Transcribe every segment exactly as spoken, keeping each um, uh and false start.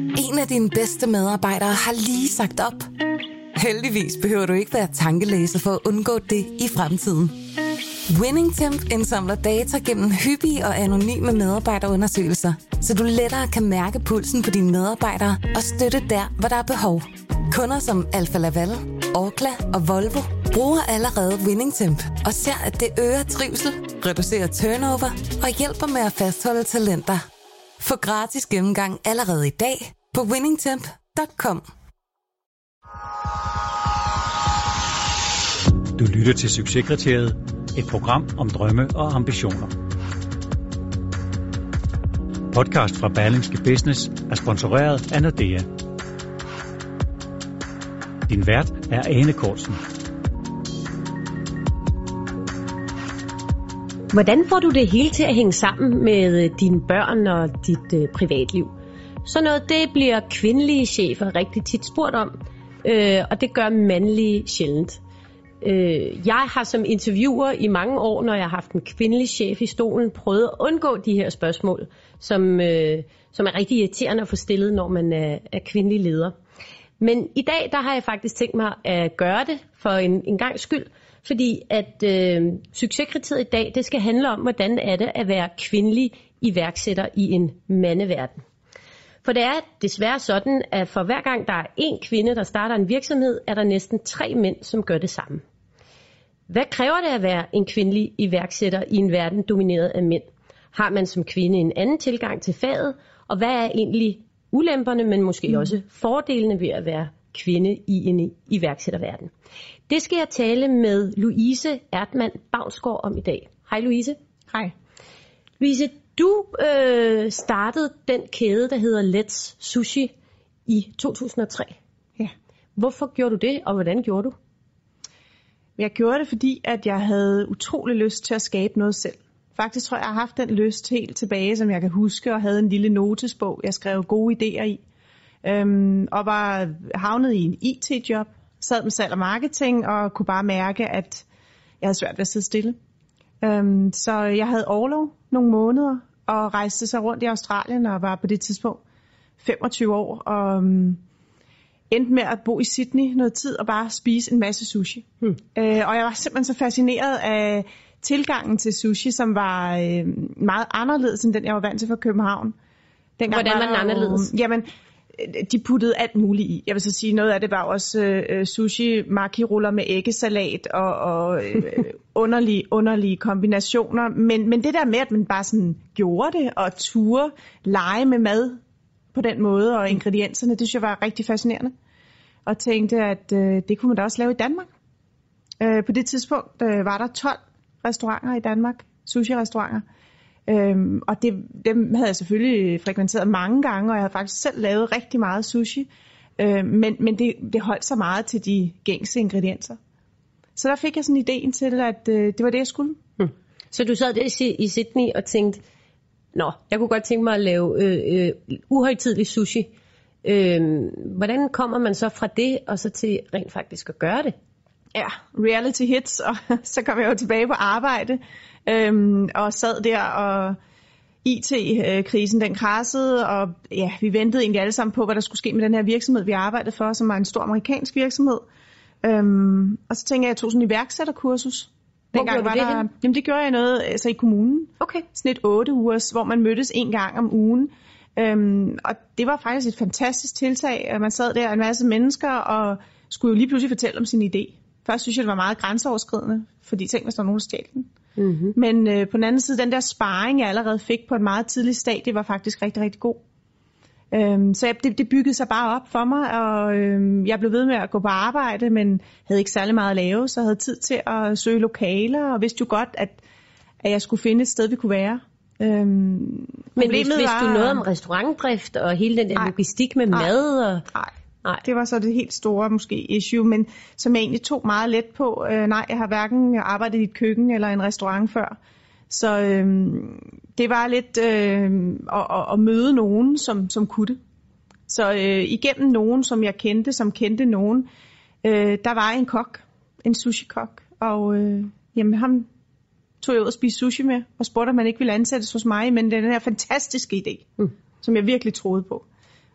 En af dine bedste medarbejdere har lige sagt op. Heldigvis behøver du ikke være tankelæser for at undgå det i fremtiden. WinningTemp indsamler data gennem hyppige og anonyme medarbejderundersøgelser, så du lettere kan mærke pulsen på dine medarbejdere og støtte der, hvor der er behov. Kunder som Alfa Laval, Orkla og Volvo bruger allerede WinningTemp og ser, at det øger trivsel, reducerer turnover og hjælper med at fastholde talenter. Få gratis gennemgang allerede i dag på winning temp punktum com. Du lytter til Succeskriteriet, et program om drømme og ambitioner. Podcast fra Berlingske Business er sponsoreret af Nordea. Din vært er Ane Cortzen. Hvordan får du det hele til at hænge sammen med dine børn og dit øh, privatliv? Så noget, det bliver kvindelige chefer rigtig tit spurgt om, øh, og det gør mandlige sjældent. Øh, jeg har som interviewer i mange år, når jeg har haft en kvindelig chef i stolen, prøvet at undgå de her spørgsmål, som, øh, som er rigtig irriterende at få stillet, når man er, er kvindelig leder. Men i dag, der har jeg faktisk tænkt mig at gøre det for en, en gang skyld, fordi at øh, Succeskriteriet i dag, det skal handle om, hvordan er det at være kvindelig iværksætter i en mandeverden. For det er desværre sådan, at for hver gang der er en kvinde, der starter en virksomhed, er der næsten tre mænd, som gør det samme. Hvad kræver det at være en kvindelig iværksætter i en verden domineret af mænd? Har man som kvinde en anden tilgang til faget? Og hvad er egentlig ulemperne, men måske mm. også fordelene ved at være kvinde i en iværksætterverden? Det skal jeg tale med Louise Erdmann Baunsgaard om i dag. Hej Louise. Hej. Louise, du øh, startede den kæde, der hedder Let's Sushi i to tusind og tre. Ja. Hvorfor gjorde du det, og hvordan gjorde du? Jeg gjorde det, fordi at jeg havde utrolig lyst til at skabe noget selv. Faktisk tror jeg, jeg har haft den lyst helt tilbage, som jeg kan huske, og havde en lille notesbog, jeg skrev gode idéer i. Øhm, og var havnet i en I T-job, sad med salg og marketing, og kunne bare mærke, at jeg havde svært ved at sidde stille. Øhm, så jeg havde orlov nogle måneder, og rejste så rundt i Australien, og var på det tidspunkt femogtyve år, og um, endte med at bo i Sydney noget tid, og bare spise en masse sushi. Hmm. Øh, og jeg var simpelthen så fascineret af tilgangen til sushi, som var øh, meget anderledes, end den jeg var vant til fra København. Dengang Hvordan var den anderledes? Jo, jamen, de puttede alt muligt i. Jeg vil så sige, noget af det var også øh, sushi, maki-ruller med æggesalat og, og øh, underlige, underlige kombinationer. Men, men det der med, at man bare sådan gjorde det og turde lege med mad på den måde og ingredienserne, det synes jeg var rigtig fascinerende. Og tænkte, at øh, det kunne man da også lave i Danmark. Øh, på det tidspunkt øh, var der tolv restauranter i Danmark, sushi-restauranter. Øhm, og det, dem havde jeg selvfølgelig frekventeret mange gange, og jeg havde faktisk selv lavet rigtig meget sushi. Øhm, men men det, det holdt så meget til de gængse ingredienser. Så der fik jeg sådan ideen til, at øh, det var det, jeg skulle. Hmm. Så du sad der i Sydney og tænkte, nå, jeg kunne godt tænke mig at lave øh, øh, uhøjtidlig sushi. Øh, hvordan kommer man så fra det, og så til rent faktisk at gøre det? Ja, reality hits, og så kom jeg jo tilbage på arbejde, øhm, og sad der, og I T-krisen den krassede, og ja, vi ventede egentlig alle sammen på, hvad der skulle ske med den her virksomhed, vi arbejdede for, som var en stor amerikansk virksomhed. Øhm, og så tænkte jeg, at jeg tog sådan en iværksætterkursus. Hvor gjorde du var det der, hen? Jamen det gjorde jeg noget altså i kommunen. Okay. Sådan et otte ugers, hvor man mødtes en gang om ugen. Øhm, og det var faktisk et fantastisk tiltag. Man sad der en masse mennesker, og skulle jo lige pludselig fortælle om sin idé. Først synes jeg, det var meget grænseoverskridende, fordi tænk, hvis der var nogen, der stjal den. Mm-hmm. Men øh, på den anden side, den der sparring, jeg allerede fik på et meget tidligt stadie, var faktisk rigtig, rigtig god. Øhm, så jeg, det, det byggede sig bare op for mig, og øh, jeg blev ved med at gå på arbejde, men havde ikke særlig meget at lave, så jeg havde tid til at søge lokaler, og vidste jo godt, at, at jeg skulle finde et sted, vi kunne være. Øhm, men vidste var, du noget om restaurantdrift og hele den der ej, logistik med ej, mad? Og... Nej. Nej, det var så det helt store måske issue, men som jeg egentlig tog meget let på. Øh, nej, jeg har hverken arbejdet i et køkken eller en restaurant før. Så øh, det var lidt øh, at, at, at møde nogen, som, som kunne det. Så øh, igennem nogen, som jeg kendte, som kendte nogen, øh, der var en kok, en sushi-kok. Og øh, jamen, ham tog jeg ud og spise sushi med, og spurgte, om man ikke ville ansættes hos mig, men det er den her fantastiske idé, mm. som jeg virkelig troede på.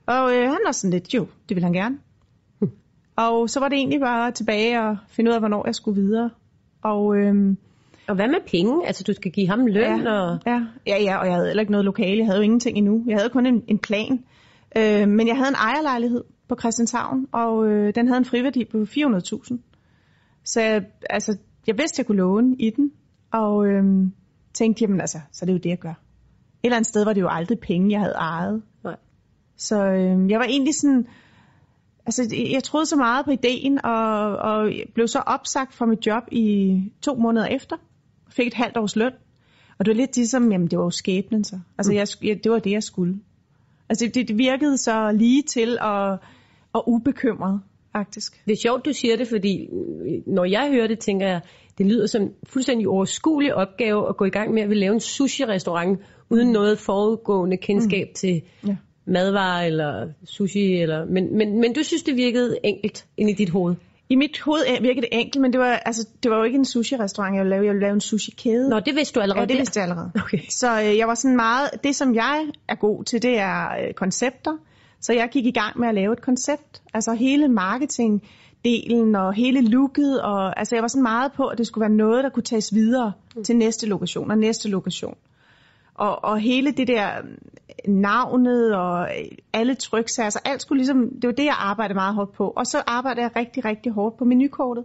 Og øh, han var sådan lidt, jo, det ville han gerne. Hm. Og så var det egentlig bare tilbage og finde ud af, hvornår jeg skulle videre. Og, øhm, og hvad med penge? Altså, du skal give ham løn? Ja, og... ja, ja, ja, og jeg havde heller ikke noget lokale. Jeg havde jo ingenting endnu. Jeg havde kun en, en plan. Øh, men jeg havde en ejerlejlighed på Christianshavn, og øh, den havde en friværdi på fire hundrede tusind. Så jeg, altså, jeg vidste, jeg kunne låne i den, og øh, tænkte, jamen altså, så er det jo det, jeg gør. Et eller andet sted var det jo aldrig penge, jeg havde ejet. Nej. Så øh, jeg var egentlig sådan, altså jeg troede så meget på ideen, og, og blev så opsagt fra mit job i to måneder efter. Fik et halvt års løn. Og det var lidt ligesom, jamen det var jo skæbnen så. Altså jeg, jeg, det var det, jeg skulle. Altså det, det virkede så lige til og, og ubekymret, faktisk. Det er sjovt, du siger det, fordi når jeg hører det, tænker jeg, det lyder som en fuldstændig overskuelig opgave at gå i gang med at ville lave en sushi-restaurant, uden noget forudgående kendskab mm. til ja. madvarer eller sushi. Eller, men, men, men du synes, det virkede enkelt ind i dit hoved? I mit hoved virkede det enkelt, men det var, altså, det var jo ikke en sushi-restaurant, jeg ville lave. Jeg ville lave en sushi-kæde. Nå, det vidste du allerede. Ja, det der. vidste jeg allerede. Okay. Så øh, jeg var sådan meget, det som jeg er god til, det er øh, koncepter. Så jeg gik i gang med at lave et koncept. Altså hele marketingdelen og hele looket. Og, altså jeg var sådan meget på, at det skulle være noget, der kunne tages videre mm. til næste lokation og næste lokation. Og, og hele det der navnet og alle tryksager, så alt skulle ligesom, det var det, jeg arbejdede meget hårdt på. Og så arbejdede jeg rigtig, rigtig hårdt på menukortet.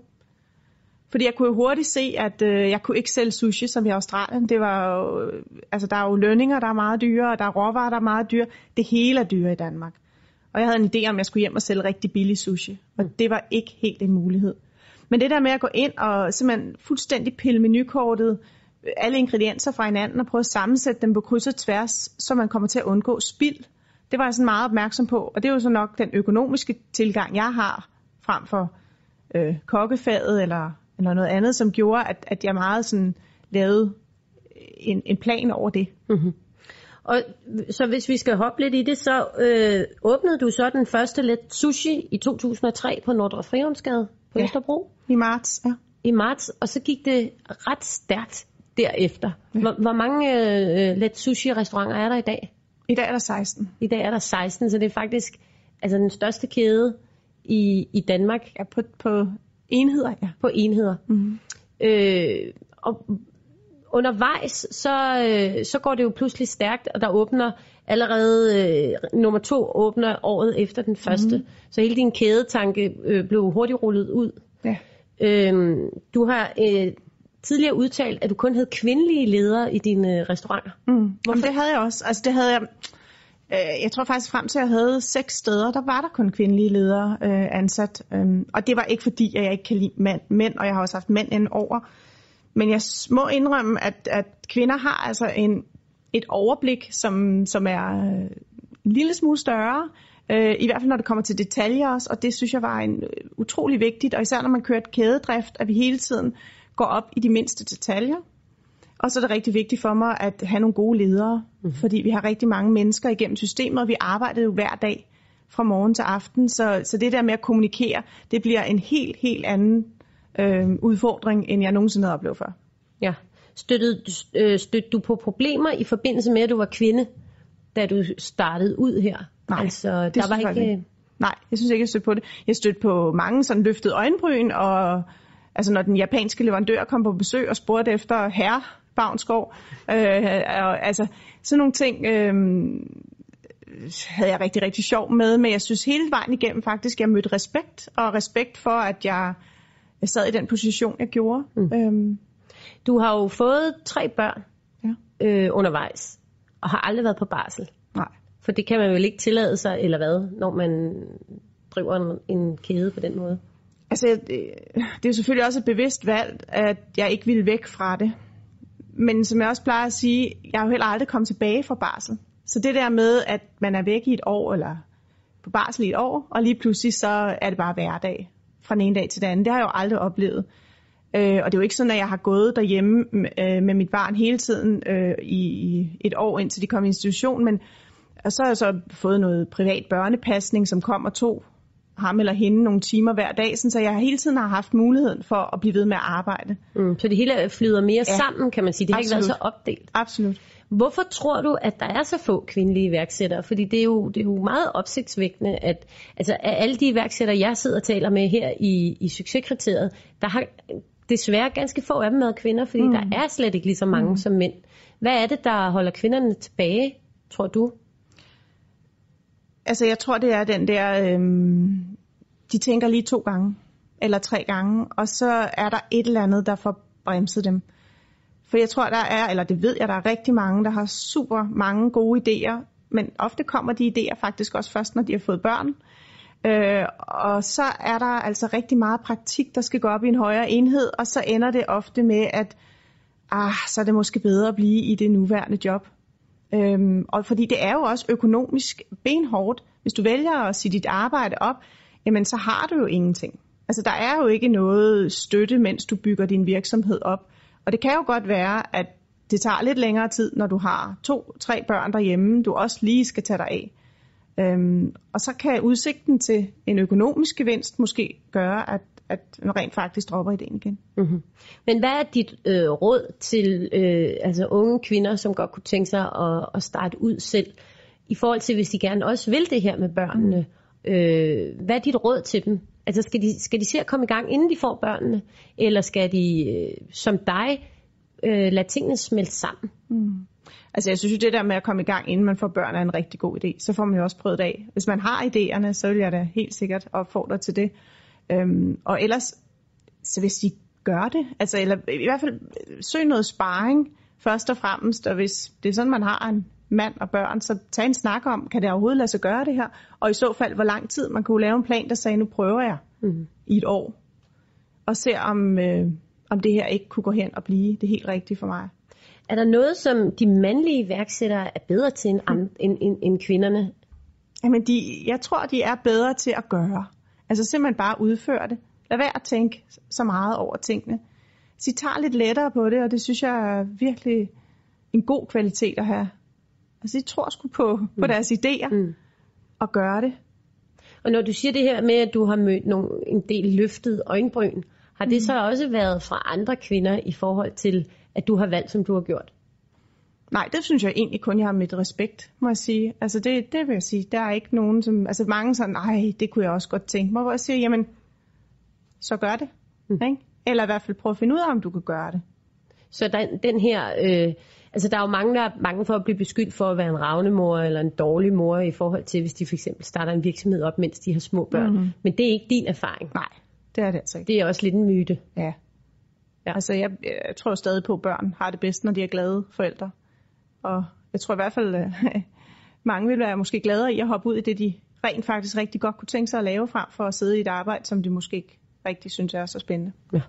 Fordi jeg kunne jo hurtigt se, at øh, jeg kunne ikke sælge sushi som i Australien. Det var jo, altså der er jo lønninger, der er meget dyre, og der er råvarer, der er meget dyre. Det hele er dyre i Danmark. Og jeg havde en idé om, at jeg skulle hjem og sælge rigtig billig sushi. Og det var ikke helt en mulighed. Men det der med at gå ind og simpelthen fuldstændig pille menukortet, alle ingredienser fra hinanden og prøve at sammensætte dem på kryds og tværs, så man kommer til at undgå spild. Det var jeg sådan meget opmærksom på, og det er jo så nok den økonomiske tilgang, jeg har, frem for øh, kokkefaget eller, eller noget andet, som gjorde, at, at jeg meget sådan lavede en, en plan over det. Mm-hmm. Og så hvis vi skal hoppe lidt i det, så øh, åbnede du så den første Let Sushi i to tusind og tre på Nordre Frihavnsgade på ja, Østerbro? I marts, ja. I marts, og så gik det ret stærkt derefter. Ja. Hvor, hvor mange øh, Let Sushi-restauranter er der i dag? I dag er der seksten. I dag er der seksten, så det er faktisk altså den største kæde i, i Danmark. Ja, på, på enheder, ja. På enheder. Mm-hmm. Øh, og undervejs, så, øh, så går det jo pludselig stærkt, og der åbner allerede, øh, nummer to åbner året efter den første. Mm-hmm. Så hele din kædetanke øh, blev hurtigt rullet ud. Ja. Øh, du har øh, tidligere udtalt, at du kun havde kvindelige ledere i dine restauranter. Mm. Hvorfor? Det havde jeg også. Altså det havde jeg, øh, jeg tror faktisk frem til, at jeg havde seks steder, der var der kun kvindelige ledere øh, ansat. Um, og det var ikke fordi, at jeg ikke kan lide mænd, mænd, og jeg har også haft mænd ind over. Men jeg må indrømme, at, at kvinder har altså en, et overblik, som, som er en lille smule større. Øh, I hvert fald når det kommer til detaljer også, og det synes jeg var en, utrolig vigtigt. Og især når man kører et kædedrift, at vi hele tiden går op i de mindste detaljer. Og så er det rigtig vigtigt for mig at have nogle gode ledere, mm. fordi vi har rigtig mange mennesker igennem systemet, og vi arbejder jo hver dag fra morgen til aften. Så, så det der med at kommunikere, det bliver en helt, helt anden øh, udfordring, end jeg nogensinde havde oplevet før. Ja. Støttede, øh, støttede du på problemer i forbindelse med, at du var kvinde, da du startede ud her? Nej, altså, det der var ikke... ikke. Nej, jeg synes ikke, jeg stødte på det. Jeg stødte på mange sådan løftede øjenbryn, og altså når den japanske leverandør kom på besøg og spurgte efter herre Bavnsgaard, øh, og, altså sådan nogle ting øh, havde jeg rigtig, rigtig sjov med, men jeg synes hele vejen igennem faktisk, jeg mødte respekt, og respekt for, at jeg, jeg sad i den position, jeg gjorde. Mm. Øhm. Du har jo fået tre børn ja. øh, undervejs, og har aldrig været på barsel. Nej. For det kan man vel ikke tillade sig, eller hvad, når man driver en, en kæde på den måde? Altså, det er jo selvfølgelig også et bevidst valg, at jeg ikke ville væk fra det. Men som jeg også plejer at sige, jeg har jo heller aldrig kommet tilbage fra barsel. Så det der med, at man er væk i et år, eller på barsel i et år, og lige pludselig så er det bare hverdag, fra den ene dag til den anden. Det har jeg jo aldrig oplevet. Øh, og det er jo ikke sådan, at jeg har gået derhjemme øh, med mit barn hele tiden øh, i, i et år, indtil de kom i institution. Men og så har jeg så fået noget privat børnepasning, som kom og tog ham eller hende nogle timer hver dag, så jeg hele tiden har haft muligheden for at blive ved med at arbejde. Mm, så det hele flyder mere ja, sammen, kan man sige. Det har absolut. Ikke været så opdelt. Absolut. Hvorfor tror du, at der er så få kvindelige iværksættere? Fordi det er jo, det er jo meget opsigtsvækkende, at altså, af alle de iværksættere, jeg sidder og taler med her i, i Succeskriteriet, der har desværre ganske få af dem været kvinder, fordi mm. der er slet ikke lige så mange mm. som mænd. Hvad er det, der holder kvinderne tilbage, tror du? Altså, jeg tror, det er den der, øhm, de tænker lige to gange, eller tre gange, og så er der et eller andet, der får bremset dem. For jeg tror, der er, eller det ved jeg, der er rigtig mange, der har super mange gode idéer, men ofte kommer de idéer faktisk også først, når de har fået børn. Øh, og så er der altså rigtig meget praktik, der skal gå op i en højere enhed, og så ender det ofte med, at ah, så er det måske bedre at blive i det nuværende job. Øhm, og fordi det er jo også økonomisk benhårdt. Hvis du vælger at sige dit arbejde op, jamen så har du jo ingenting. Altså der er jo ikke noget støtte, mens du bygger din virksomhed op. Og det kan jo godt være, at det tager lidt længere tid, når du har to, tre børn derhjemme, du også lige skal tage dig af. Øhm, og så kan udsigten til en økonomisk gevinst måske gøre, at, at man rent faktisk dropper ideen igen. Mm-hmm. Men hvad er dit øh, råd til øh, altså unge kvinder, som godt kunne tænke sig at, at starte ud selv, i forhold til, hvis de gerne også vil det her med børnene? Mm. Øh, hvad er dit råd til dem? Altså skal de, skal de se at komme i gang, inden de får børnene? Eller skal de, øh, som dig, øh, lade tingene smelte sammen? Mm. Altså jeg synes jo, det der med at komme i gang, inden man får børn, er en rigtig god idé. Så får man jo også prøvet det af. Hvis man har idéerne, så vil jeg da helt sikkert opfordre til det. Øhm, og ellers, så hvis de gør det, altså eller i hvert fald søg noget sparring først og fremmest. Og hvis det er sådan, man har en mand og børn, så tag en snak om, kan det overhovedet lade sig gøre det her? Og i så fald, hvor lang tid man kunne lave en plan, der sagde, nu prøver jeg mm. i et år. Og se om, øh, om det her ikke kunne gå hen og blive det helt rigtige for mig. Er der noget, som de mandlige iværksættere er bedre til end, mm. end, end, end kvinderne? Jamen, de, jeg tror, de er bedre til at gøre. Altså simpelthen bare udføre det. Lad være at tænke så meget over tingene. Så de tager lidt lettere på det, og det synes jeg er virkelig en god kvalitet at have. Altså de tror sgu på, mm. på deres idéer mm. og gøre det. Og når du siger det her med, at du har mødt nogle, en del løftet øjenbryn, har det mm. så også været fra andre kvinder i forhold til, at du har valgt, som du har gjort? Nej, det synes jeg egentlig kun, jeg har med respekt, må jeg sige. Altså det, det vil jeg sige, der er ikke nogen, som, altså mange sådan, nej, det kunne jeg også godt tænke mig, hvor jeg siger, jamen, så gør det, mm. ikke? Eller i hvert fald prøv at finde ud af, om du kan gøre det. Så den, den her, øh, altså der er jo mange, der er bange for at blive beskyldt for at være en ravnemor eller en dårlig mor i forhold til, hvis de for eksempel starter en virksomhed op, mens de har små børn. Mm. Men det er ikke din erfaring. Nej, det er det altså ikke. Det er også lidt en myte. Ja. Ja. Altså jeg, jeg tror stadig på, at børn har det bedst, når de er glade forældre. Og jeg tror i hvert fald, at mange vil være måske gladere i at hoppe ud i det, de rent faktisk rigtig godt kunne tænke sig at lave, frem for at sidde i et arbejde, som de måske ikke rigtig synes er så spændende. Ja.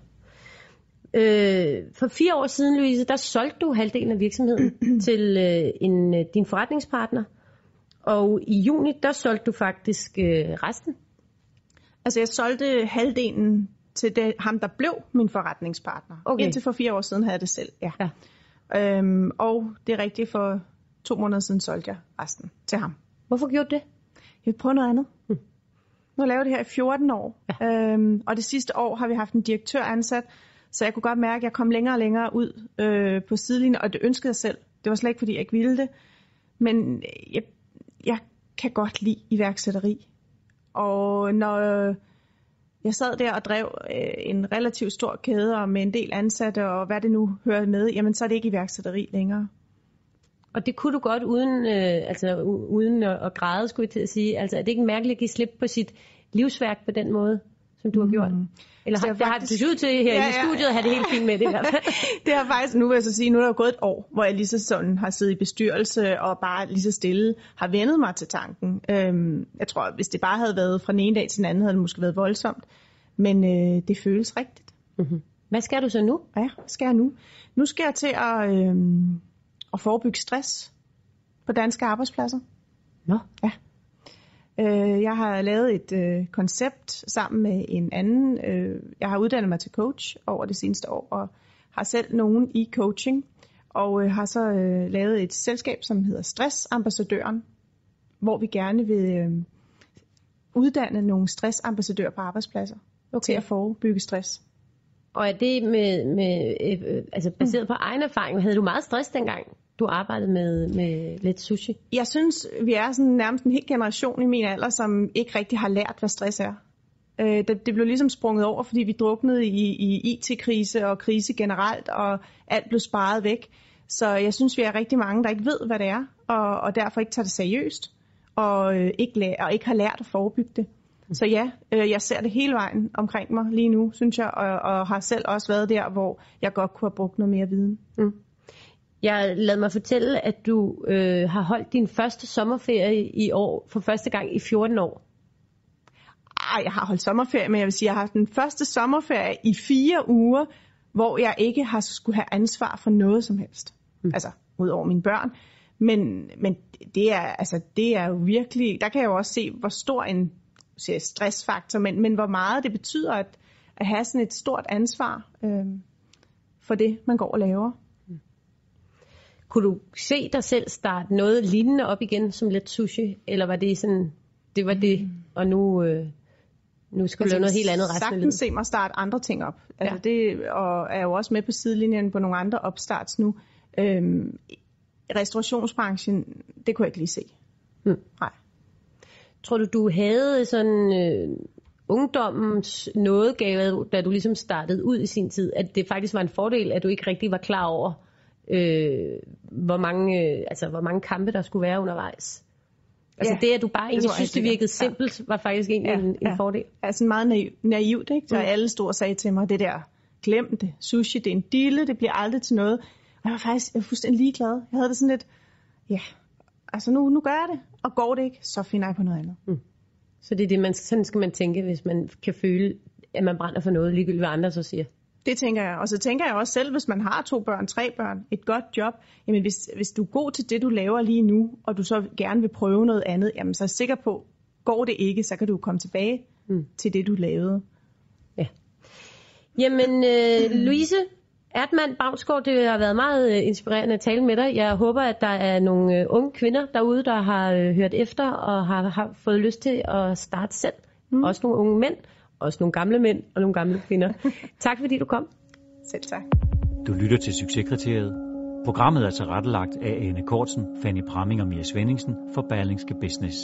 Øh, for fire år siden, Louise, der solgte du halvdelen af virksomheden til øh, en, øh, din forretningspartner. Og i juni, der solgte du faktisk øh, resten. Altså jeg solgte halvdelen til det, ham, der blev min forretningspartner. Okay. Indtil for fire år siden havde jeg det selv. Ja. Ja. Øhm, og det er rigtigt, for to måneder siden solgte jeg resten til ham. Hvorfor gjorde du det? Jeg vil prøve noget andet. Hmm. Nu har jeg lavet det her i fjorten år. Ja. Øhm, og det sidste år har vi haft en direktør ansat, så jeg kunne godt mærke, at jeg kom længere og længere ud øh, på sidelinjen, og det ønskede jeg selv. Det var slet ikke, fordi jeg ikke ville det. Men jeg, jeg kan godt lide iværksætteri. Og når jeg sad der og drev øh, en relativt stor kæde og med en del ansatte, og hvad det nu hører med, jamen så er det ikke iværksætteri længere. Og det kunne du godt uden, øh, altså, uden at, at græde, skulle jeg til at sige. Altså er det ikke mærkeligt at give slip på sit livsværk på den måde, som du har gjort? Mm. Eller har, faktisk... har du set ud til her ja, i studiet at have det helt fint med det i hvert fald? Det har faktisk, nu vil jeg så sige, nu er der jo gået et år, hvor jeg lige så sådan har siddet i bestyrelse og bare lige så stille har vendet mig til tanken. Øhm, jeg tror, hvis det bare havde været fra den ene dag til den anden, havde det måske været voldsomt. Men øh, det føles rigtigt. Mm-hmm. Hvad skal du så nu? Ja, hvad skal jeg nu? Nu skal jeg til at, øh, at forebygge stress på danske arbejdspladser. Nå? Ja. Jeg har lavet et øh, koncept sammen med en anden. Øh, jeg har uddannet mig til coach over det seneste år, og har selv nogen i coaching. Og øh, har så øh, lavet et selskab, som hedder Stressambassadøren, hvor vi gerne vil øh, uddanne nogle stressambassadører på arbejdspladser okay. til at forebygge stress. Og er det med, med øh, altså baseret mm. på egen erfaring? Havde du meget stress dengang, du arbejdede med, med Let Sushi? Jeg synes, vi er sådan nærmest en hel generation i min alder, som ikke rigtig har lært, hvad stress er. Øh, det, det blev ligesom sprunget over, fordi vi druknede i, i I T-krise og krise generelt, og alt blev sparet væk. Så jeg synes, vi er rigtig mange, der ikke ved, hvad det er, og, og derfor ikke tager det seriøst, og, øh, ikke, læ- og ikke har lært at forebygge det. Så ja, øh, jeg ser det hele vejen omkring mig lige nu, synes jeg, og, og har selv også været der, hvor jeg godt kunne have brugt noget mere viden. Mm. Jeg lader mig fortælle, at du øh, har holdt din første sommerferie i år for første gang i fjorten år. Ej, jeg har holdt sommerferie, men jeg vil sige, at jeg har haft den første sommerferie i fire uger, hvor jeg ikke har skulle have ansvar for noget som helst. Mm. Altså, ud over mine børn. Men, men det, er, altså, det er jo virkelig, der kan jeg jo også se, hvor stor en stressfaktor, men, men hvor meget det betyder at, at have sådan et stort ansvar øh, for det, man går og laver. Mm. Kunne du se dig selv starte noget lignende op igen som Let Sushi, eller var det sådan, det var det, mm. og nu, øh, nu skal du lave noget helt andet resten af livet? Jeg sagtens se mig starte andre ting op. Altså ja. Det, og er jo også med på sidelinjen på nogle andre opstarts nu. Øhm, restaurationsbranchen, det kunne jeg ikke lige se. Mm. Nej. Tror du, du havde sådan øh, ungdommens nådegave, da du ligesom startede ud i sin tid, at det faktisk var en fordel, at du ikke rigtig var klar over, øh, hvor, mange, øh, altså, hvor mange kampe der skulle være undervejs? Altså ja, det, at du bare egentlig synes, det virkede simpelt, ja. var faktisk egentlig ja, en, en ja. fordel. Altså meget naiv, naivt, ikke? Så mm. alle stod og sagde til mig, det der, glem det, sushi, det er en dille, det bliver aldrig til noget. Og jeg var faktisk jeg var fuldstændig ligeglad. Jeg havde det sådan lidt, ja, altså nu, nu gør jeg det, og går det ikke, så finder jeg på noget andet. Mm. Så det er det, man, sådan skal man tænke, hvis man kan føle, at man brænder for noget, ligegyldigt hvad andre så siger. Det tænker jeg, og så tænker jeg også selv, hvis man har to børn, tre børn, et godt job, jamen hvis, hvis du er god til det, du laver lige nu, og du så gerne vil prøve noget andet, jamen så er jeg sikker på, går det ikke, så kan du komme tilbage mm. til det, du lavede. Ja. Jamen, øh, Louise Erdmann Bavnsgaard, det har været meget inspirerende at tale med dig. Jeg håber, at der er nogle unge kvinder derude, der har hørt efter og har, har fået lyst til at starte selv. Mm. Også nogle unge mænd, også nogle gamle mænd og nogle gamle kvinder. Tak fordi du kom. Selv tak. Du lytter til Succeskriteriet. Programmet er tilrettelagt af Ane Kortsen, Fanny Pramming og Mia Svenningsen for Berlingske Business.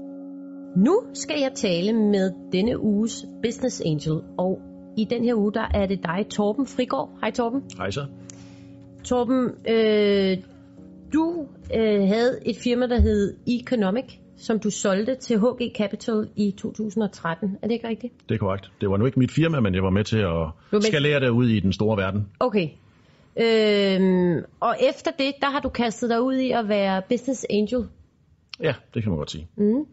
Nu skal jeg tale med denne uges Business Angel, og i den her uge, der er det dig, Torben Frigård. Hej Torben. Hej så. Torben, øh, du øh, havde et firma, der hed Economic, som du solgte til H G Capital i to tusind og tretten. Er det ikke rigtigt? Det er korrekt. Det var nu ikke mit firma, men jeg var med til at med... skalere det ud i den store verden. Okay. Øhm, og efter det, der har du kastet dig ud i at være business angel. Ja, det kan man godt sige. Mm.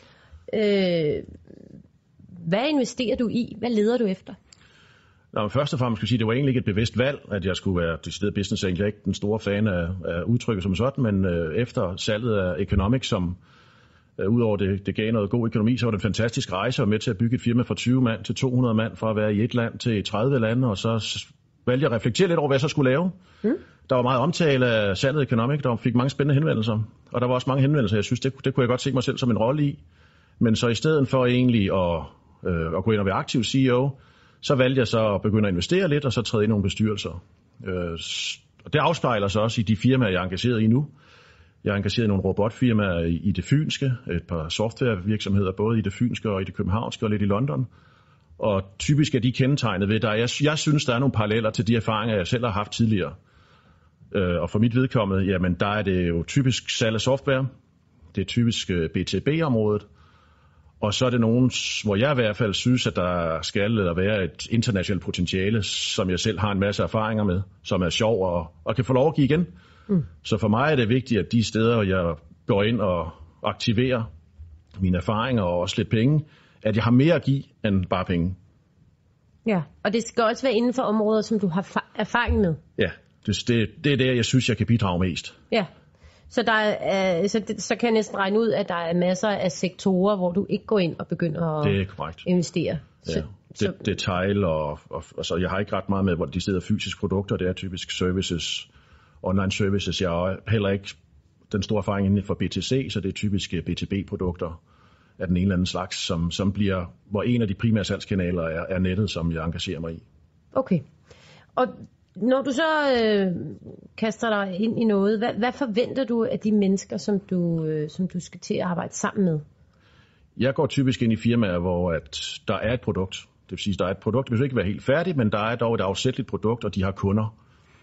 Øh, hvad investerer du i? Hvad leder du efter? Nå, men først og fremmest skal jeg sige, at det var egentlig ikke et bevidst valg, at jeg skulle være decideret business angel. Jeg er ikke den store fan af, af udtrykket som sådan, men øh, efter salget af Economic, som øh, udover det, det gav noget god økonomi, så var det en fantastisk rejse og med til at bygge et firma fra tyve mand til to hundrede mand, fra at være i et land til tredive lande, og så valgte jeg at reflektere lidt over, hvad jeg så skulle lave. Mm. Der var meget omtale af salget af Economic, der fik mange spændende henvendelser, og der var også mange henvendelser, jeg synes, det, det kunne jeg godt se mig selv som en rolle i. Men så i stedet for egentlig at, øh, at gå ind og være aktiv C E O, så valgte jeg så at begynde at investere lidt, og så træde ind i nogle bestyrelser. Øh, og det afspejler sig også i de firmaer, jeg er engageret i nu. Jeg er engageret i nogle robotfirmaer i det fynske, et par softwarevirksomheder, både i det fynske og i det københavnske og lidt i London. Og typisk er de kendetegnet ved, at jeg, jeg synes, der er nogle paralleller til de erfaringer, jeg selv har haft tidligere. Øh, og for mit vedkommende, jamen der er det jo typisk salg af software. Det er typisk B to B-området. Og så er det nogen, hvor jeg i hvert fald synes, at der skal eller være et internationalt potentiale, som jeg selv har en masse erfaringer med, som er sjov og, og kan få lov at give igen. Mm. Så for mig er det vigtigt, at de steder, jeg går ind og aktiverer mine erfaringer og også lidt penge, at jeg har mere at give end bare penge. Ja, og det skal også være inden for områder, som du har erfaring med. Ja, det, det, det er der, jeg synes, jeg kan bidrage mest. Ja. Så, der er, så, det, så kan jeg næsten regne ud, at der er masser af sektorer, hvor du ikke går ind og begynder at det er korrekt. investere. Ja. Så, det, detail og, og altså, jeg har ikke ret meget med, hvor de steder fysiske produkter, det er typisk services, online services. Jeg har heller ikke den store erfaring inden for B T C, så det er typisk B to B-produkter af den ene eller anden slags, som, som bliver, hvor en af de primære salgskanaler er, er nettet, som jeg engagerer mig i. Okay. Og Når du så øh, kaster dig ind i noget, hvad, hvad forventer du af de mennesker, som du, øh, som du skal til at arbejde sammen med? Jeg går typisk ind i firmaer, hvor at der er et produkt. Det vil sige, at der er et produkt, det vil ikke være helt færdigt, men der er dog et afsætteligt produkt, og de har kunder.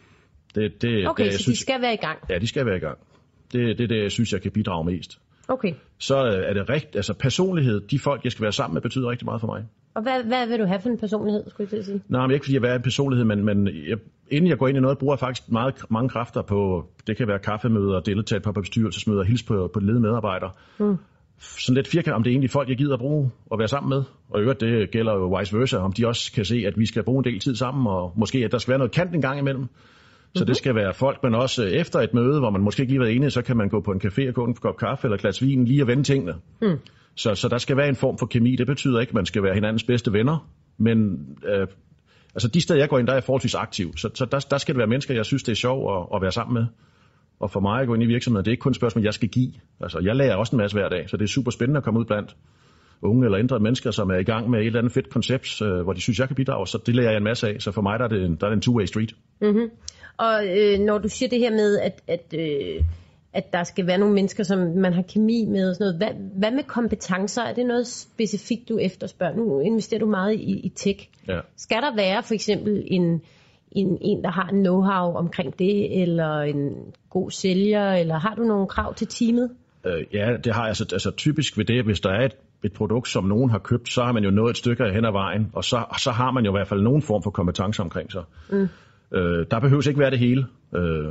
Det, det, okay, det, så synes, de skal være i gang? Ja, de skal være i gang. Det er det, det, jeg synes, jeg kan bidrage mest. Okay. Så er det rigtigt, altså personlighed, de folk, jeg skal være sammen med, betyder rigtig meget for mig. Og hvad, hvad vil du have for en personlighed, skulle jeg til at sige? Nej, men ikke fordi jeg vil have en personlighed, men, men jeg, inden jeg går ind i noget, bruger jeg faktisk meget, mange kræfter på, det kan være kaffemøder, deltage på bestyrelsesmøder, hilse på, på ledende medarbejdere. Hmm. Sådan lidt firkant, om det er egentlig folk, jeg gider at bruge og være sammen med. Og i øvrigt, det gælder jo vice versa, om de også kan se, at vi skal bruge en del tid sammen, og måske, at der skal være noget kant en gang imellem. Så mm-hmm. det skal være folk, men også efter et møde, hvor man måske ikke lige har været enige, så kan man gå på en café og gå en kop kaffe eller et glas vin, lige og vende tingene. Mm. Så, så der skal være en form for kemi. Det betyder ikke, at man skal være hinandens bedste venner, men øh, altså de steder, jeg går ind, der er jeg forholdsvis aktiv. Så, så der, der skal det være mennesker, jeg synes, det er sjovt at, at være sammen med. Og for mig at gå ind i virksomheden, det er ikke kun et spørgsmål, jeg skal give. Altså, jeg lærer også en masse hver dag, så det er super spændende at komme ud blandt unge eller ældre mennesker, som er i gang med et eller andet fedt koncept, øh, hvor de synes, jeg kan bidrage. Så det lærer jeg en masse af. Så for mig der er det en, der er det en two-way street. Mm-hmm. Og øh, når du siger det her med, at, at, øh, at der skal være nogle mennesker, som man har kemi med og sådan noget, hvad, hvad med kompetencer? Er det noget specifikt, du efterspørger? Nu investerer du meget i, i tech. Ja. Skal der være for eksempel en, en, en, der har en know-how omkring det, eller en god sælger, eller har du nogle krav til teamet? Øh, ja, det har jeg. Altså, altså typisk ved det, hvis der er et, et produkt, som nogen har købt, så har man jo nået et stykke hen ad vejen, og så, så har man jo i hvert fald nogen form for kompetence omkring sig. Mm. Øh, der behøves ikke være det hele. Øh,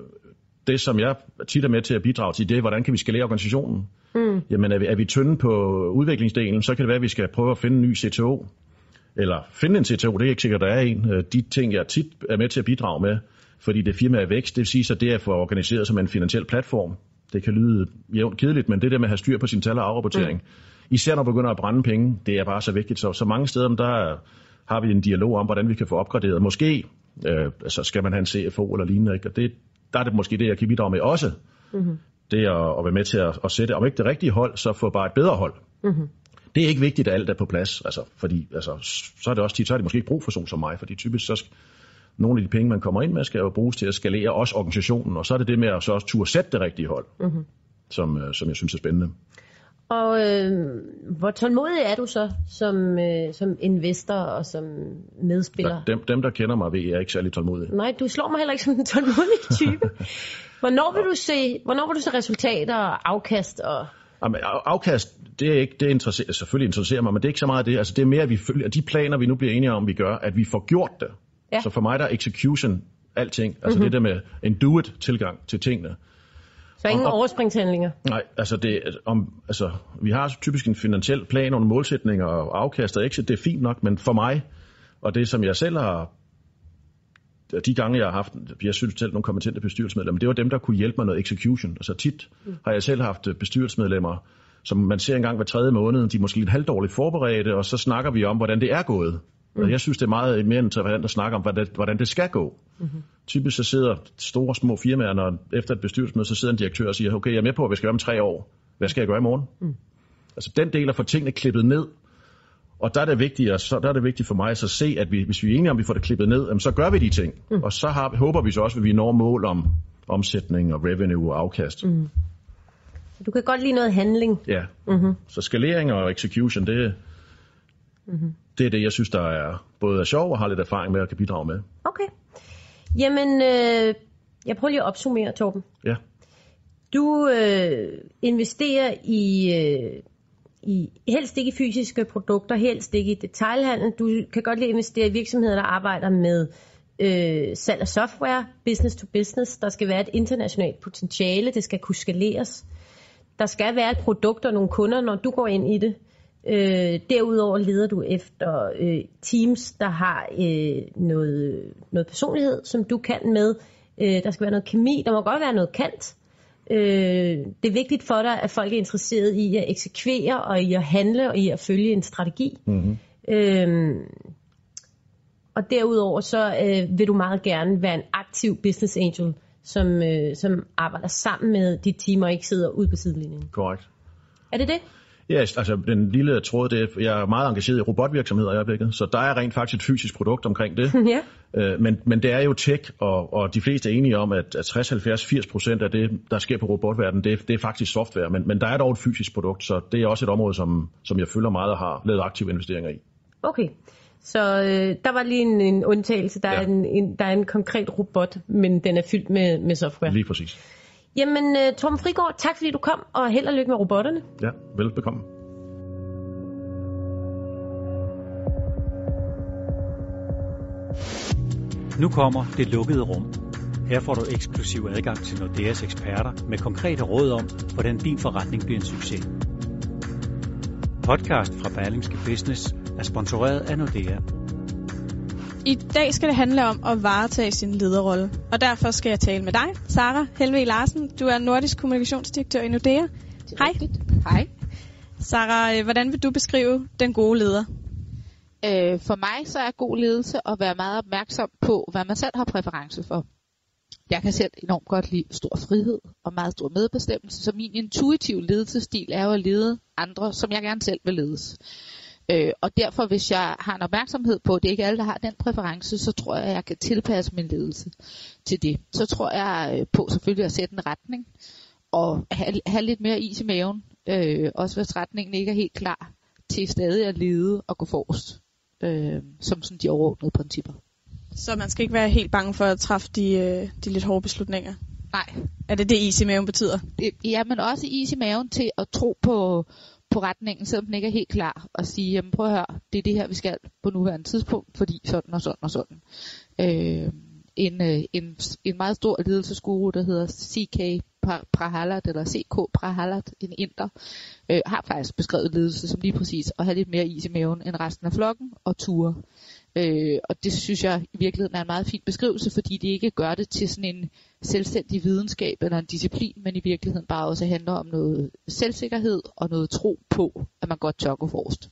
det, som jeg tit er med til at bidrage til, det er, hvordan kan vi skalere organisationen? Mm. Jamen, er vi, er vi tynde på udviklingsdelen, så kan det være, at vi skal prøve at finde en ny C T O. Eller finde en C T O, det er ikke sikkert, der er en. De ting, jeg tit er med til at bidrage med, fordi det firma er vækst, det vil sige, at det er for organiseret som en finansiel platform. Det kan lyde jævnt kedeligt, men det der med at have styr på sin tal- og afrapportering, mm. især når man begynder at brænde penge, det er bare så vigtigt. Så, så mange steder, der har vi en dialog om, hvordan vi kan få opgraderet. Måske øh, altså skal man have en C F O eller lignende, ikke? Og det, der er det måske det, jeg kan bidrage med også. Mm-hmm. Det er at, at være med til at, at sætte, om ikke det rigtige hold, så få bare et bedre hold. Mm-hmm. Det er ikke vigtigt, at alt er på plads, altså, fordi altså, så er det også tit, så er det måske ikke brug for sådan som mig, fordi typisk så skal, nogle af de penge, man kommer ind med, skal jo bruges til at skalere også organisationen, og så er det det med at så også turde sætte det rigtige hold, mm-hmm. som, som jeg synes er spændende. Og øh, hvor tålmodig er du så som, øh, som investor og som medspiller? Dem, dem, der kender mig, ved jeg er ikke særlig tålmodig. Nej, du slår mig heller ikke som en tålmodig type. Hvornår vil du se, hvornår vil du se resultater og afkast? Og... Jamen, afkast, det er ikke, det interesserer, selvfølgelig interesserer mig, men det er ikke så meget det. Altså, det er mere, at vi følger, at de planer, vi nu bliver enige om, vi gør, at vi får gjort det. Ja. Så for mig der er execution alting. Altså mm-hmm. det der med en do-it-tilgang til tingene. Så ingen om, overspringshandlinger? Nej, altså, det, om, altså vi har typisk en finansiel plan, nogle målsætninger og afkast og exit, det er fint nok, men for mig, og det som jeg selv har, de gange jeg har haft, jeg synes selv nogle kompetente bestyrelsesmedlemmer, det var dem, der kunne hjælpe mig noget execution. Altså tit mm. har jeg selv haft bestyrelsesmedlemmer, som man ser en gang hver tredje måned, de er måske lidt halvdårligt forberedte, og så snakker vi om, hvordan det er gået. Mm. Jeg synes, det er meget mere interessant at snakke om, hvordan det skal gå. Mm-hmm. Typisk så sidder store, små firmaer, når efter et bestyrelsesmøde, så sidder en direktør og siger, okay, jeg er med på, at vi skal gøre om tre år. Hvad skal jeg gøre i morgen? Mm. Altså den del af få tingene klippet ned. Og der er det vigtigt, så der er det vigtigt for mig at så se, at vi, hvis vi er enige om, at vi får det klippet ned, så gør vi de ting. Mm. Og så har, håber vi så også, at vi når mål om omsætning og revenue og afkast. Mm. Du kan godt lide noget handling. Ja, mm-hmm. Så skalering og execution, det, mm-hmm. det er det, jeg synes, der er både er sjov og har lidt erfaring med at kan bidrage med. Okay. Jamen, øh, jeg prøver lige at opsummere, Torben. Ja. Du øh, investerer i, øh, i helst ikke i fysiske produkter, helst ikke i detailhandel. Du kan godt lide at investere i virksomheder, der arbejder med øh, salg af software, business to business. Der skal være et internationalt potentiale, det skal kunne skaleres. Der skal være et produkt og nogle kunder, når du går ind i det. Øh, derudover leder du efter øh, teams, der har øh, noget, noget personlighed, som du kan med. Øh, der skal være noget kemi, der må godt være noget kant. Øh, det er vigtigt for dig, at folk er interesseret i at eksekvere og i at handle og i at følge en strategi. Mm-hmm. Øh, og derudover så øh, vil du meget gerne være en aktiv business angel, som, øh, som arbejder sammen med dit team og ikke sidder ude på sidelinjen. Korrekt. Er det det? Ja, altså den lille tråd, det er, jeg er meget engageret i robotvirksomheder i øjeblikket, så der er rent faktisk et fysisk produkt omkring det. Ja. Øh, men, men det er jo tech, og, og de fleste er enige om, at, at tres, halvfjerds, firs procent af det, der sker på robotverdenen, det, det er faktisk software. Men, men der er dog et fysisk produkt, så det er også et område, som, som jeg følger meget og har lavet aktive investeringer i. Okay, så øh, der var lige en, en undtagelse. Der, ja. er en, en, der er en konkret robot, men den er fyldt med, med software. Lige præcis. Jamen, uh, Torben Frigård, tak fordi du kom, og held og lykke med robotterne. Ja, velbekomme. Nu kommer Det Lukkede Rum. Her får du eksklusiv adgang til Nordeas eksperter med konkrete råd om, hvordan din forretning bliver en succes. Podcast fra Berlingske Business er sponsoreret af Nordea. I dag skal det handle om at varetage sin lederrolle, og derfor skal jeg tale med dig, Sara Helve Larsen. Du er nordisk kommunikationsdirektør i Nordea. Hej. Hej. Sara, hvordan vil du beskrive den gode leder? Øh, for mig så er god ledelse at være meget opmærksom på, hvad man selv har præference for. Jeg kan selv enormt godt lide stor frihed og meget stor medbestemmelse, så min intuitive ledelsesstil er jo at lede andre, som jeg gerne selv vil ledes. Øh, og derfor, hvis jeg har en opmærksomhed på, at det ikke er alle, der har den præference, så tror jeg, at jeg kan tilpasse min ledelse til det. Så tror jeg på selvfølgelig at sætte en retning og have, have lidt mere is i maven, øh, også hvis retningen ikke er helt klar til stadig at lede og gå forrest, øh, som sådan de overordnede principper. Så man skal ikke være helt bange for at træffe de, de lidt hårde beslutninger? Nej. Er det det, is i maven betyder? Ja, men også is i maven til at tro på, på retningen, selvom den ikke er helt klar, og sige, jamen prøv at høre, det er det her, vi skal på nuværende tidspunkt, fordi sådan og sådan og sådan. Øh, en, en, en meget stor ledelsesguru, der hedder C K Prahalat, eller C K Prahalat, en inder, øh, har faktisk beskrevet ledelse som lige præcis at have lidt mere is i maven end resten af flokken og ture. Øh, og det synes jeg i virkeligheden er en meget fin beskrivelse, fordi det ikke gør det til sådan en selvstændig videnskab eller en disciplin, men i virkeligheden bare også handler om noget selvsikkerhed og noget tro på, at man godt tør gå forrest.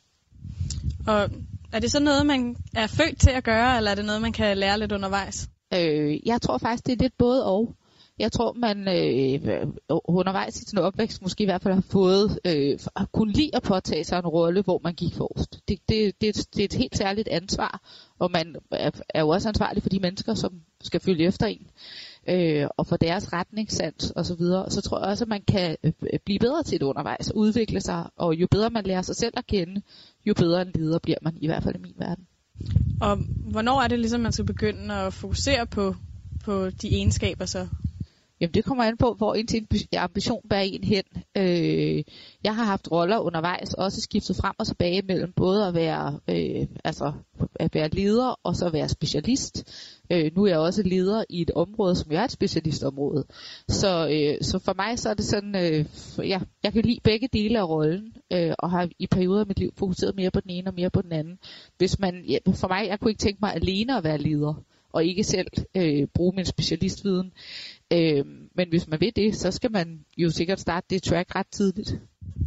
Og er det så noget, man er født til at gøre, eller er det noget, man kan lære lidt undervejs? Øh, jeg tror faktisk, det er lidt både og. Jeg tror, man øh, undervejs i sin opvækst måske i hvert fald har fået øh, har kunnet lide at påtage sig en rolle, hvor man gik forrest. Det, det, det, det er et helt særligt ansvar, og man er, er jo også ansvarlig for de mennesker, som skal følge efter en, øh, og for deres retningssans og så videre. Så tror jeg også, at man kan øh, blive bedre til det undervejs, udvikle sig, og jo bedre man lærer sig selv at kende, jo bedre en leder bliver man, i hvert fald i min verden. Og hvornår er det ligesom, man skal begynde at fokusere på, på de egenskaber så? Jamen det kommer an på, hvor ens ambition bærer en hen. Øh, jeg har haft roller undervejs, også skiftet frem og tilbage mellem både at være, øh, altså, at være leder og så at være specialist. Øh, nu er jeg også leder i et område, som jeg er et specialistområde. Så, øh, så for mig så er det sådan, øh, ja, jeg kan lide begge dele af rollen, øh, og har i perioder af mit liv fokuseret mere på den ene og mere på den anden. Hvis man, ja, for mig, jeg kunne ikke tænke mig alene at være leder, og ikke selv øh, bruge min specialistviden. Øh, men hvis man vil det, så skal man jo sikkert starte det track ret tidligt.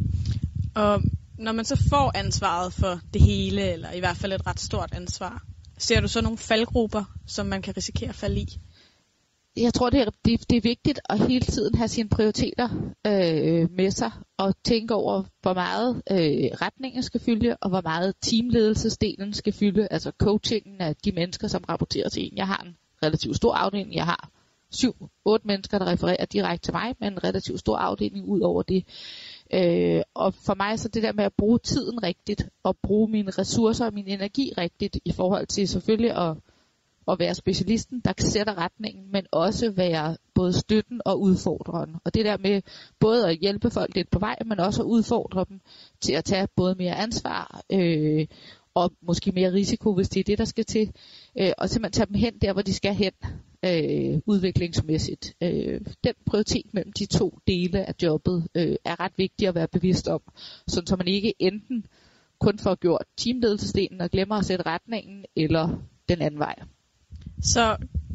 Og når man så får ansvaret for det hele, eller i hvert fald et ret stort ansvar, ser du så nogle faldgrupper, som man kan risikere at falde i? Jeg tror, det er, det, det er vigtigt at hele tiden have sine prioriteter øh, med sig, og tænke over, hvor meget øh, retningen skal fylde, og hvor meget teamledelsesdelen skal fylde, altså coachingen af de mennesker, som rapporterer til en. Jeg har en relativt stor afdeling, jeg har syv, otte mennesker, der refererer direkte til mig, men en relativt stor afdeling ud over det. Øh, og for mig så det der med at bruge tiden rigtigt, og bruge mine ressourcer og min energi rigtigt, i forhold til selvfølgelig at, at være specialisten, der sætter retningen, men også være både støtten og udfordreren. Og det der med både at hjælpe folk lidt på vej, men også at udfordre dem til at tage både mere ansvar, øh, og måske mere risiko, hvis det er det, der skal til, øh, og simpelthen tage dem hen der, hvor de skal hen, øh, udviklingsmæssigt. Øh, den prioritet mellem de to dele af jobbet øh, er ret vigtig at være bevidst om, sådan så man ikke enten kun får gjort teamledelsesdelen og glemmer at sætte retningen, eller den anden vej. Så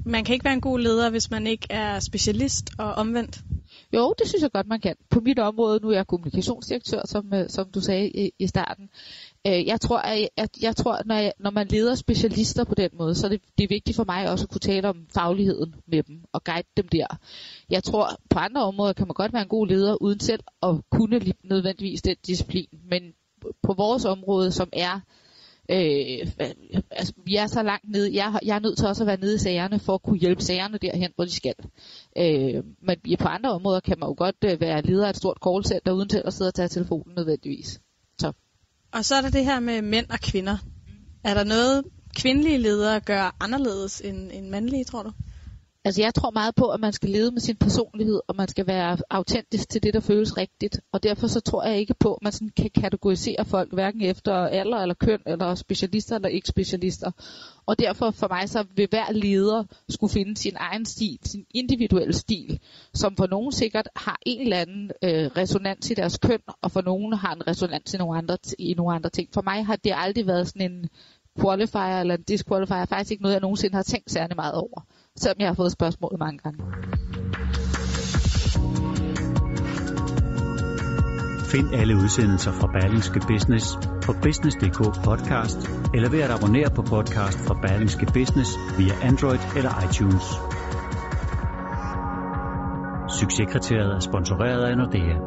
man kan ikke være en god leder, hvis man ikke er specialist og omvendt? Jo, det synes jeg godt, man kan. På mit område, nu er jeg kommunikationsdirektør, som, som du sagde i, i starten. Jeg tror, at jeg, jeg tror når, jeg, når man leder specialister på den måde, så er det, det er vigtigt for mig også at kunne tale om fagligheden med dem og guide dem der. Jeg tror, på andre områder kan man godt være en god leder uden selv at kunne nødvendigvis den disciplin. Men på vores område, som er, øh, altså, vi er så langt nede, jeg, jeg er nødt til også at være nede i sagerne for at kunne hjælpe sagerne derhen, hvor de skal. Øh, men på andre områder kan man jo godt øh, være leder af et stort callcenter uden til at sidde og tage telefonen nødvendigvis. Så. Og så er der det her med mænd og kvinder. Er der noget, kvindelige ledere gør anderledes end, end mandlige, tror du? Altså jeg tror meget på, at man skal lede med sin personlighed, og man skal være autentisk til det, der føles rigtigt. Og derfor så tror jeg ikke på, at man sådan kan kategorisere folk, hverken efter alder eller køn, eller specialister eller ikke specialister. Og derfor for mig så vil hver leder skulle finde sin egen stil, sin individuelle stil, som for nogen sikkert har en eller anden øh, resonans i deres køn, og for nogen har en resonans i nogle andre, i nogle andre ting. For mig har det aldrig været sådan en qualifier eller en disqualifier, faktisk ikke noget, jeg nogensinde har tænkt særlig meget over. Selvom jeg har fået spørgsmålet mange gange. Find alle udsendelser fra Berlingske Business på business punktum d k podcast, eller ved at abonnere på podcast fra Berlingske Business via Android eller iTunes. Succeskriteriet er sponsoreret af Nordea.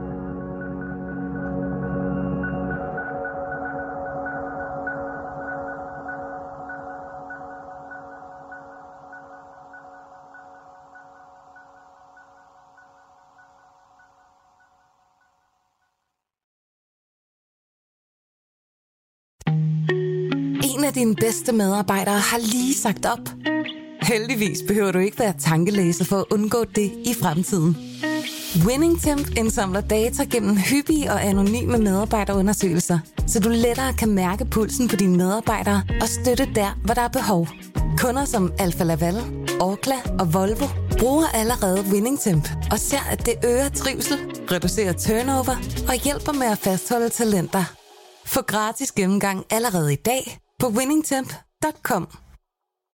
En af dine bedste medarbejdere har lige sagt op. Heldigvis behøver du ikke være tankelæser for at undgå det i fremtiden. WinningTemp indsamler data gennem hyppige og anonyme medarbejderundersøgelser, så du lettere kan mærke pulsen på dine medarbejdere og støtte der, hvor der er behov. Kunder som Alfa Laval, Orkla og Volvo bruger allerede WinningTemp og ser, at det øger trivsel, reducerer turnover og hjælper med at fastholde talenter. Få gratis gennemgang allerede i dag på winningtemp punktum com.